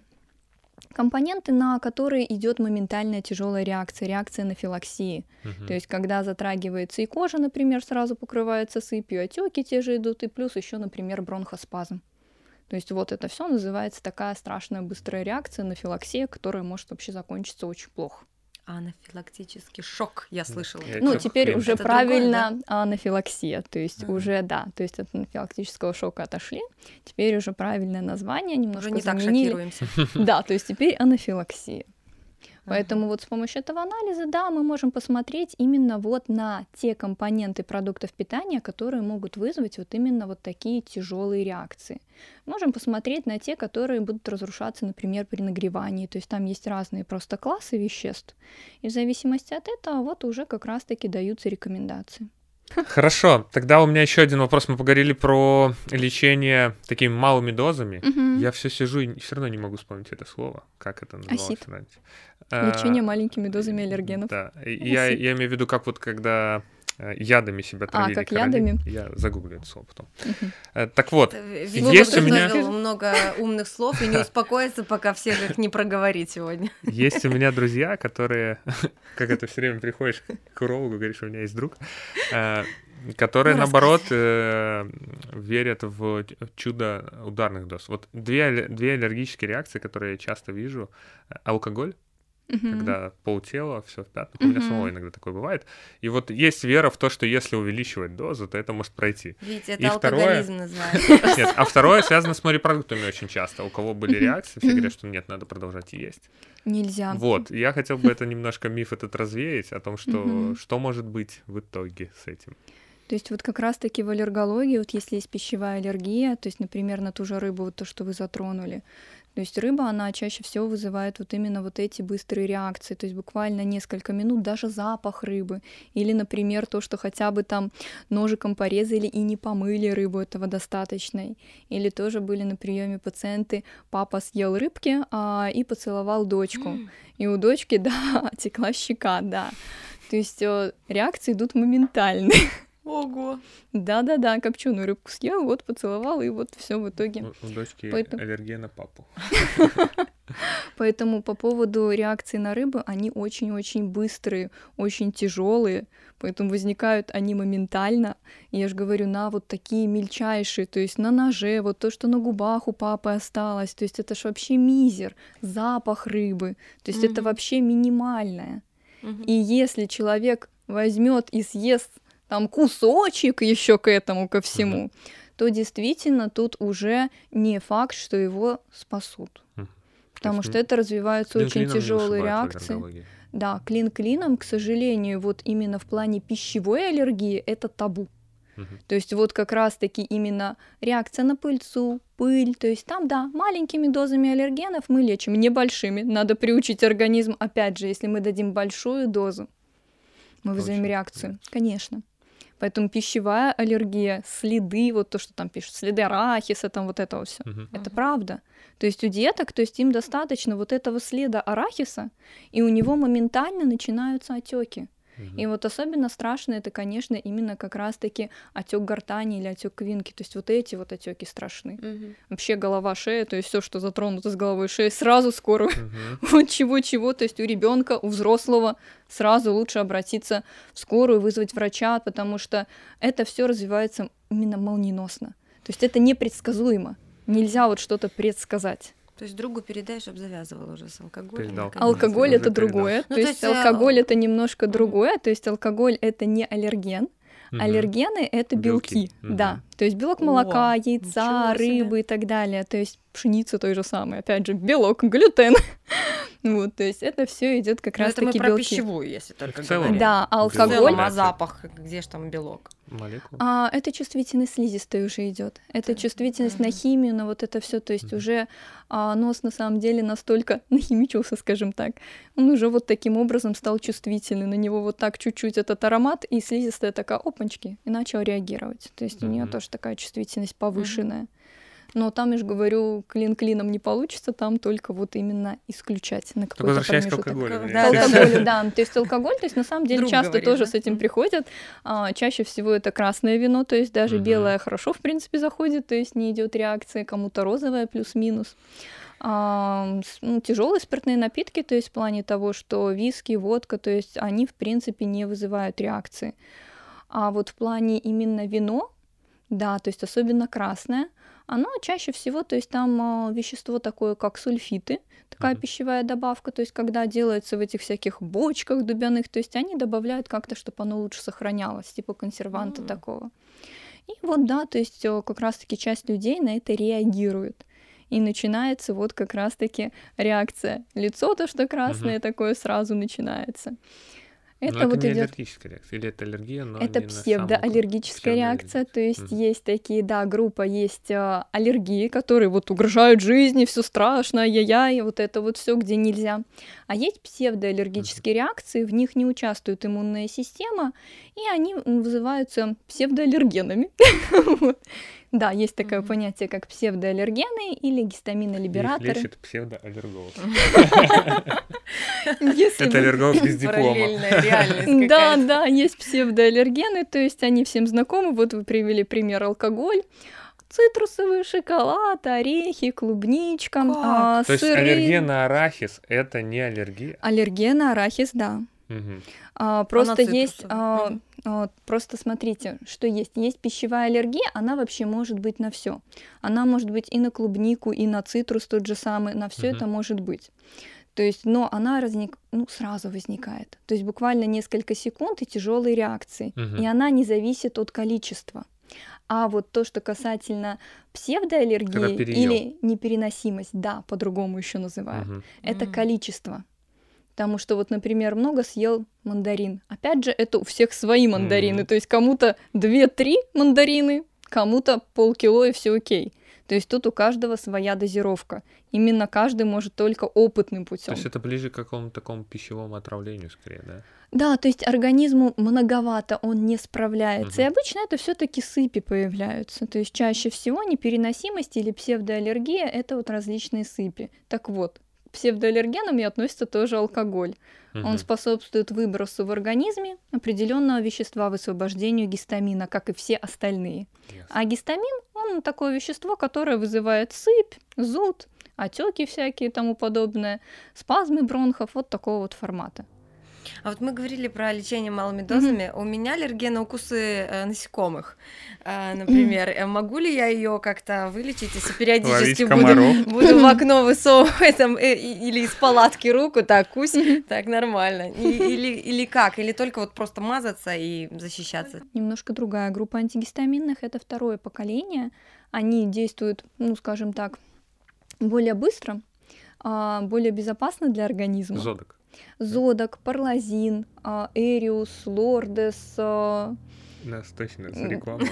на которые идет моментальная тяжелая реакция анафилаксии. То есть, когда затрагивается и кожа, например, сразу покрывается сыпью, отеки те же идут, и плюс еще, например, бронхоспазм. То есть вот это все называется такая страшная быстрая реакция, анафилаксия, которая может вообще закончиться очень плохо. Анафилактический шок, я слышала. Теперь уже это правильно другое, да? Анафилаксия, то есть уже, да, то есть от анафилактического шока отошли, теперь уже правильное название, немножко уже не заменили. Так шокируемся. Да, то есть теперь анафилаксия. Поэтому вот с помощью этого анализа, да, мы можем посмотреть именно вот на те компоненты продуктов питания, которые могут вызвать вот именно вот такие тяжелые реакции. Можем посмотреть на те, которые будут разрушаться, например, при нагревании, то есть там есть разные просто классы веществ, и в зависимости от этого вот уже как раз-таки даются рекомендации. Хорошо, тогда у меня еще один вопрос. Мы поговорили про лечение такими малыми дозами. Я все сижу и все равно не могу вспомнить это слово. Как это называлось? Асид. Лечение маленькими дозами аллергенов. Да, я имею в виду, как вот когда ядами себя травили. Как ядами? Я загуглю это слово потом. Так вот, есть у меня... много умных слов и не успокоится, пока всех их не проговорить сегодня. Есть у меня друзья, которые... Как это все время приходишь к урологу, говоришь, у меня есть друг, которые, наоборот, верят в чудо ударных доз. Вот две аллергические реакции, которые я часто вижу. Алкоголь, когда полтела, все в пятнах. У меня самого иногда такое бывает. И вот есть вера в то, что если увеличивать дозу, то это может пройти. Видите, это алкоголизм называется. Нет, а второе связано с морепродуктами очень часто. У кого были реакции, все говорят, что нет, надо продолжать есть. Нельзя. Вот, я хотел бы это немножко миф этот развеять о том, что может быть в итоге с этим. То То есть вот как раз-таки в аллергологии, вот если есть пищевая аллергия, то есть, например, на ту же рыбу, вот то, что вы затронули, то есть рыба, она чаще всего вызывает вот именно вот эти быстрые реакции, то есть буквально несколько минут, даже запах рыбы, или, например, то, что хотя бы там ножиком порезали и не помыли рыбу, этого достаточно. Или тоже были на приеме пациенты, папа съел рыбки и поцеловал дочку, и у дочки, да, текла щека, да. То есть реакции идут моментально. Ого! Да-да-да, копченую рыбку съел, вот поцеловал, и вот все в итоге. У дочки аллергия на папу. Поэтому по поводу реакции на рыбу, они очень-очень быстрые, очень тяжелые, поэтому возникают они моментально. Я же говорю, на вот такие мельчайшие, то есть на ноже, вот то, что на губах у папы осталось, то есть это ж вообще мизер, запах рыбы, то есть это вообще минимальное. И если человек возьмет и съест там кусочек еще к этому, ко всему, то действительно тут уже не факт, что его спасут. Потому что это развиваются очень тяжелые реакции. Да, клин клином, к сожалению, вот именно в плане пищевой аллергии это табу. То есть вот как раз-таки именно реакция на пыльцу, пыль, то есть там, да, маленькими дозами аллергенов мы лечим, небольшими. Надо приучить организм, опять же, если мы дадим большую дозу, мы вызовем реакцию, конечно. Поэтому пищевая аллергия, следы, вот то, что там пишут, следы арахиса, там вот этого все, это правда. То есть у деток, то есть им достаточно вот этого следа арахиса, и у него моментально начинаются отеки. И вот особенно страшно это, конечно, именно как раз-таки отек гортани или отек квинки. То есть вот эти вот отеки страшны. Вообще голова, шея, то есть все, что затронуто с головой, шеей, сразу скоро. Вот чего-чего. То есть у ребенка, у взрослого сразу лучше обратиться в скорую, вызвать врача, потому что это все развивается именно молниеносно. То есть это непредсказуемо. Нельзя вот что-то предсказать. То есть другу передай, чтобы завязывал уже с алкоголем. Алкоголь это другое. То есть алкоголь это немножко другое. То есть алкоголь это не аллерген. Аллергены это белки. Да. То есть белок молока, яйца, рыбы и так далее. То есть пшеница той же самой. Опять же, белок, глютен. Вот, то есть это все идет как раз таки белки. Это мы про пищевую, если только говорим. Да, алкоголь. А запах, где же там белок? Это чувствительность слизистой уже идет. Это чувствительность на химию, на вот это все. То есть уже нос на самом деле настолько нахимичился, скажем так. Он уже вот таким образом стал чувствительный. На него вот так чуть-чуть этот аромат, и слизистая такая, опанчки, и начала реагировать. То есть у нее тоже такая чувствительность повышенная. Но там, я же говорю, клин клином не получится, там только вот именно исключать на какой-то промежуток. К алкоголю. К алкоголю, да. То есть алкоголь, то есть на самом деле часто тоже с этим приходят. Чаще всего это красное вино, то есть даже белое хорошо, в принципе, заходит, то есть не идет реакция, кому-то розовая плюс-минус. Тяжелые спиртные напитки, то есть в плане того, что виски, водка, то есть они, в принципе, не вызывают реакции. А вот в плане именно вино, да, то есть особенно красное, оно чаще всего, то есть там вещество такое, как сульфиты, такая пищевая добавка, то есть когда делается в этих всяких бочках дубяных, то есть они добавляют как-то, чтобы оно лучше сохранялось, типа консерванта такого. И вот, да, то есть как раз-таки часть людей на это реагирует. И начинается вот как раз-таки реакция. Лицо то, что красное, такое сразу начинается. Это вот не аллергическая реакция, или это аллергия, но это псевдоаллергическая реакция, то есть есть такие, да, группа, есть аллергии, которые вот угрожают жизни, все страшно, ай-яй-яй, вот это вот все, где нельзя. А есть псевдоаллергические реакции, в них не участвует иммунная система, и они вызываются псевдоаллергенами. Да, есть такое понятие, как псевдоаллергены или гистаминолибераторы. Их лечит псевдоаллерголог. Это аллерголог без диплома. Да, есть псевдоаллергены, то есть они всем знакомы. Вот вы привели пример алкоголь. Цитрусовый шоколад, орехи, клубничка, сыры. То есть аллерген на арахис — это не аллергия? Аллерген на арахис, да. Просто есть, просто смотрите, что есть. Есть пищевая аллергия, она вообще может быть на все. Она может быть и на клубнику, и на цитрус тот же самый, на все это может быть. То есть, но она сразу возникает. То есть буквально несколько секунд и тяжелые реакции. И она не зависит от количества. А вот то, что касательно псевдоаллергии или непереносимость, да, по-другому еще называют, это количество. Потому что вот, например, много съел мандарин. Опять же, это у всех свои мандарины. То есть кому-то 2-3 мандарины, кому-то полкило и все окей. То есть тут у каждого своя дозировка. Именно каждый может только опытным путем. То есть это ближе к какому-то такому пищевому отравлению, скорее, да? Да, то есть организму многовато, он не справляется. И обычно это все-таки сыпи появляются. То есть чаще всего непереносимость или псевдоаллергия — это вот различные сыпи. Так вот, к псевдоаллергенам и относится тоже алкоголь. Он способствует выбросу в организме определенного вещества, высвобождению гистамина, как и все остальные. А гистамин, он такое вещество, которое вызывает сыпь, зуд, отеки всякие и тому подобное, спазмы бронхов, вот такого вот формата. А вот мы говорили про лечение малыми дозами. У меня аллергия на укусы насекомых, например. Могу ли я ее как-то вылечить, если периодически буду в окно высовывать или из палатки руку, так, кусь, так, нормально. Или как? Или только вот просто мазаться и защищаться? Немножко другая группа антигистаминных, это второе поколение. Они действуют, ну, скажем так, более быстро, более безопасно для организма. Зодок, парлазин, эриус, лордес. Нас точно за рекламу.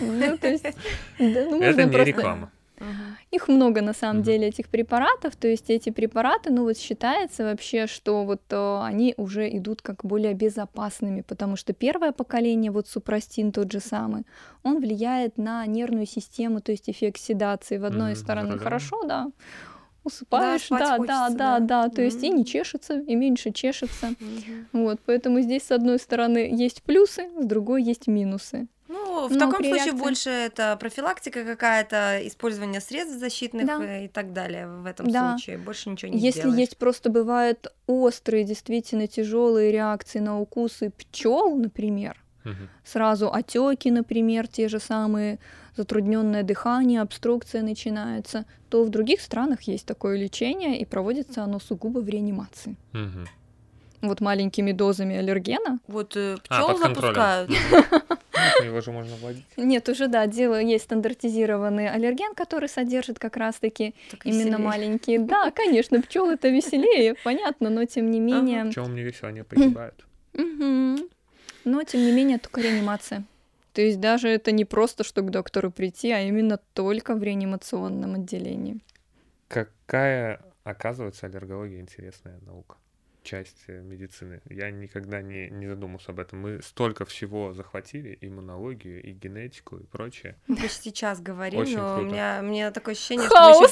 Это не реклама. Их много на самом деле, этих препаратов. То есть эти препараты, ну вот считается вообще, что вот они уже идут как более безопасными, потому что первое поколение, вот супрастин тот же самый, он влияет на нервную систему, то есть эффект седации. В одной стороны хорошо, да. Усыпаешь, да, то есть и не чешется, и меньше чешется. Вот, поэтому здесь с одной стороны есть плюсы, с другой есть минусы. Ну, в таком случае больше это профилактика какая-то, использование средств защитных и так далее в этом случае. Больше ничего не сделаешь. Если есть просто бывают острые, действительно тяжелые реакции на укусы пчел, например, сразу отеки, например, те же самые, затрудненное дыхание, обструкция начинается, то в других странах есть такое лечение, и проводится оно сугубо в реанимации. Вот маленькими дозами аллергена. Вот пчел запускают. Его же можно вводить. Нет, уже есть стандартизированный аллерген, который содержит как раз-таки именно маленькие. Да, конечно, пчел это веселее, понятно, но тем не менее. Пчелам не весело, они погибают. Но тем не менее только реанимация. То есть даже это не просто, что к доктору прийти, а именно только в реанимационном отделении. Какая, оказывается, аллергология интересная наука, часть медицины. Я никогда не задумался об этом. Мы столько всего захватили, иммунологию, и генетику, и прочее. Мы почти час говорим, очень но круто. у меня такое ощущение, что мы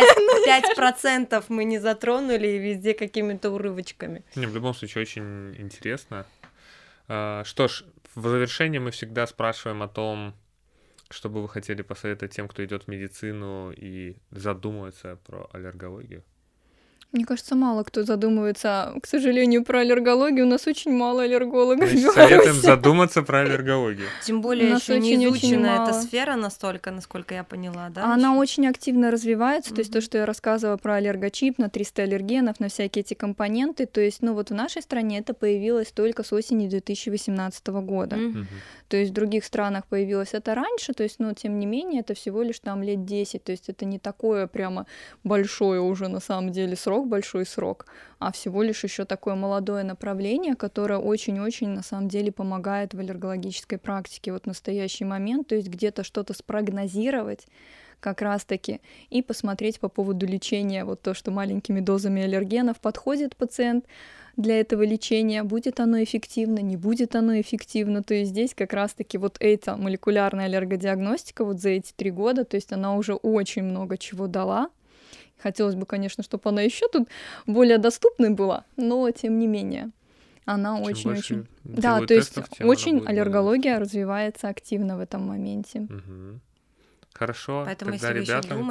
еще 5% мы не затронули, и везде какими-то урывочками. В любом случае, очень интересно. Что ж, в завершении мы всегда спрашиваем о том, что бы вы хотели посоветовать тем, кто идет в медицину и задумывается про аллергологию. Мне кажется, мало кто задумывается, к сожалению, про аллергологию. У нас очень мало аллергологов. Значит, советуем задуматься про аллергологию. Тем более еще не изучена эта сфера настолько, насколько я поняла, да? Она очень активно развивается, то есть то, что я рассказывала про аллергочип, на 300 аллергенов, на всякие эти компоненты, то есть, ну вот в нашей стране это появилось только с осени 2018 года. То есть в других странах появилось это раньше, то есть, но тем не менее это всего лишь там лет 10, то есть это не такое прямо большое уже на самом деле большой срок, а всего лишь еще такое молодое направление, которое очень-очень на самом деле помогает в аллергологической практике вот в настоящий момент, то есть где-то что-то спрогнозировать как раз-таки и посмотреть по поводу лечения, вот то, что маленькими дозами аллергенов подходит пациент для этого лечения, будет оно эффективно, не будет оно эффективно, то есть здесь как раз-таки вот эта молекулярная аллергодиагностика вот за эти 3 года, то есть она уже очень много чего дала. Хотелось бы, конечно, чтобы она еще тут более доступной была, но тем не менее она очень-очень... Да, то есть очень аллергология развивается активно в этом моменте. Хорошо, поэтому, тогда, если ребята, вы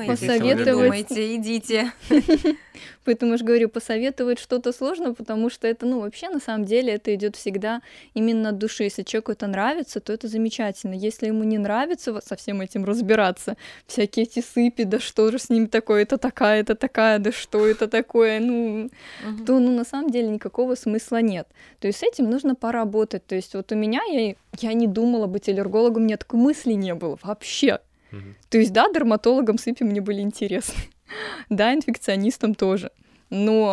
еще думаете, идите. Поэтому я же говорю, посоветовать что-то сложно, потому что это, ну, вообще, на самом деле, это идет всегда именно от души. Если человеку это нравится, то это замечательно. Если ему не нравится вот со всем этим разбираться, всякие эти сыпи, да что же с ним такое, это такая, да что это такое, то, на самом деле, никакого смысла нет. То есть с этим нужно поработать. То есть вот у меня, я не думала быть аллергологом, у меня такой мысли не было вообще. То есть, да, дерматологам сыпи мне были интересны, да, инфекционистам тоже, но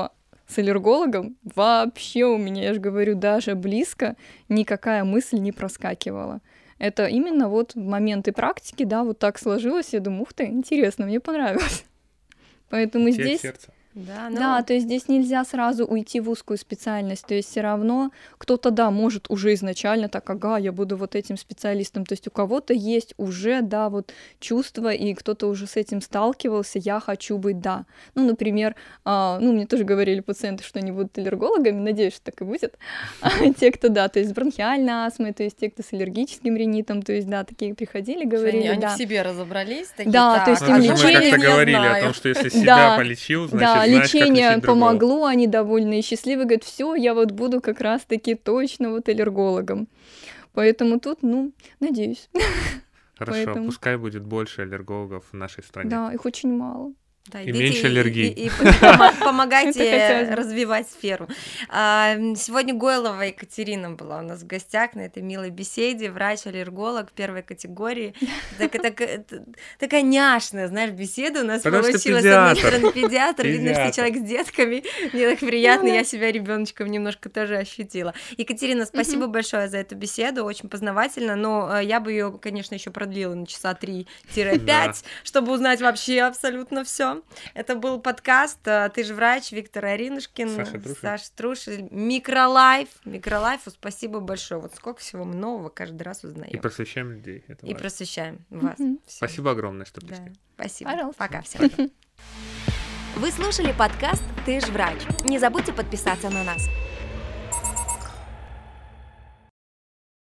с аллергологом вообще у меня, я же говорю, даже близко никакая мысль не проскакивала. Это именно вот в моменты практики, да, вот так сложилось, я думаю, ух ты, интересно, мне понравилось. Поэтому здесь... сердце. Да, то есть здесь нельзя сразу уйти в узкую специальность, то есть все равно кто-то, да, может уже изначально так, ага, я буду вот этим специалистом, то есть у кого-то есть уже, да, вот чувство, и кто-то уже с этим сталкивался, я хочу быть, да. Ну, например, мне тоже говорили пациенты, что они будут аллергологами, надеюсь, что так и будет. Те, кто, да, то есть с бронхиальной астмой, то есть те, кто с аллергическим ринитом, то есть, да, такие приходили, говорили, они в себе разобрались, такие, да, то есть им лечение... Мы как-то говорили о том, что если себя полечил, значит, лечение помогло, они довольны и счастливы, говорят, все, я вот буду как раз-таки точно вот аллергологом. Поэтому тут, надеюсь. Хорошо, пускай будет больше аллергологов в нашей стране. Да, их очень мало. Да, и меньше аллергии. И помогайте развивать сферу. Сегодня Гойлова Екатерина была у нас в гостях на этой милой беседе, врач-аллерголог первой категории. Такая няшная, знаешь, беседа у нас получилась. С одной стороны, педиатр, видно, что человек с детками. Мне так приятно, я себя ребеночком немножко тоже ощутила. Екатерина, спасибо большое за эту беседу, очень познавательно, но я бы ее, конечно, еще продлила на часа 3-5, чтобы узнать вообще абсолютно все. Это был подкаст «Ты же врач», Виктор Аринушкин, Саша Трушель, Микролайфу спасибо большое. Вот сколько всего нового каждый раз узнаем. И просвещаем людей. Это и просвещаем вас. Спасибо огромное, что пришли. Да, спасибо. Пожалуйста. Пока всем. Вы слушали подкаст «Ты ж врач». Не забудьте подписаться на нас.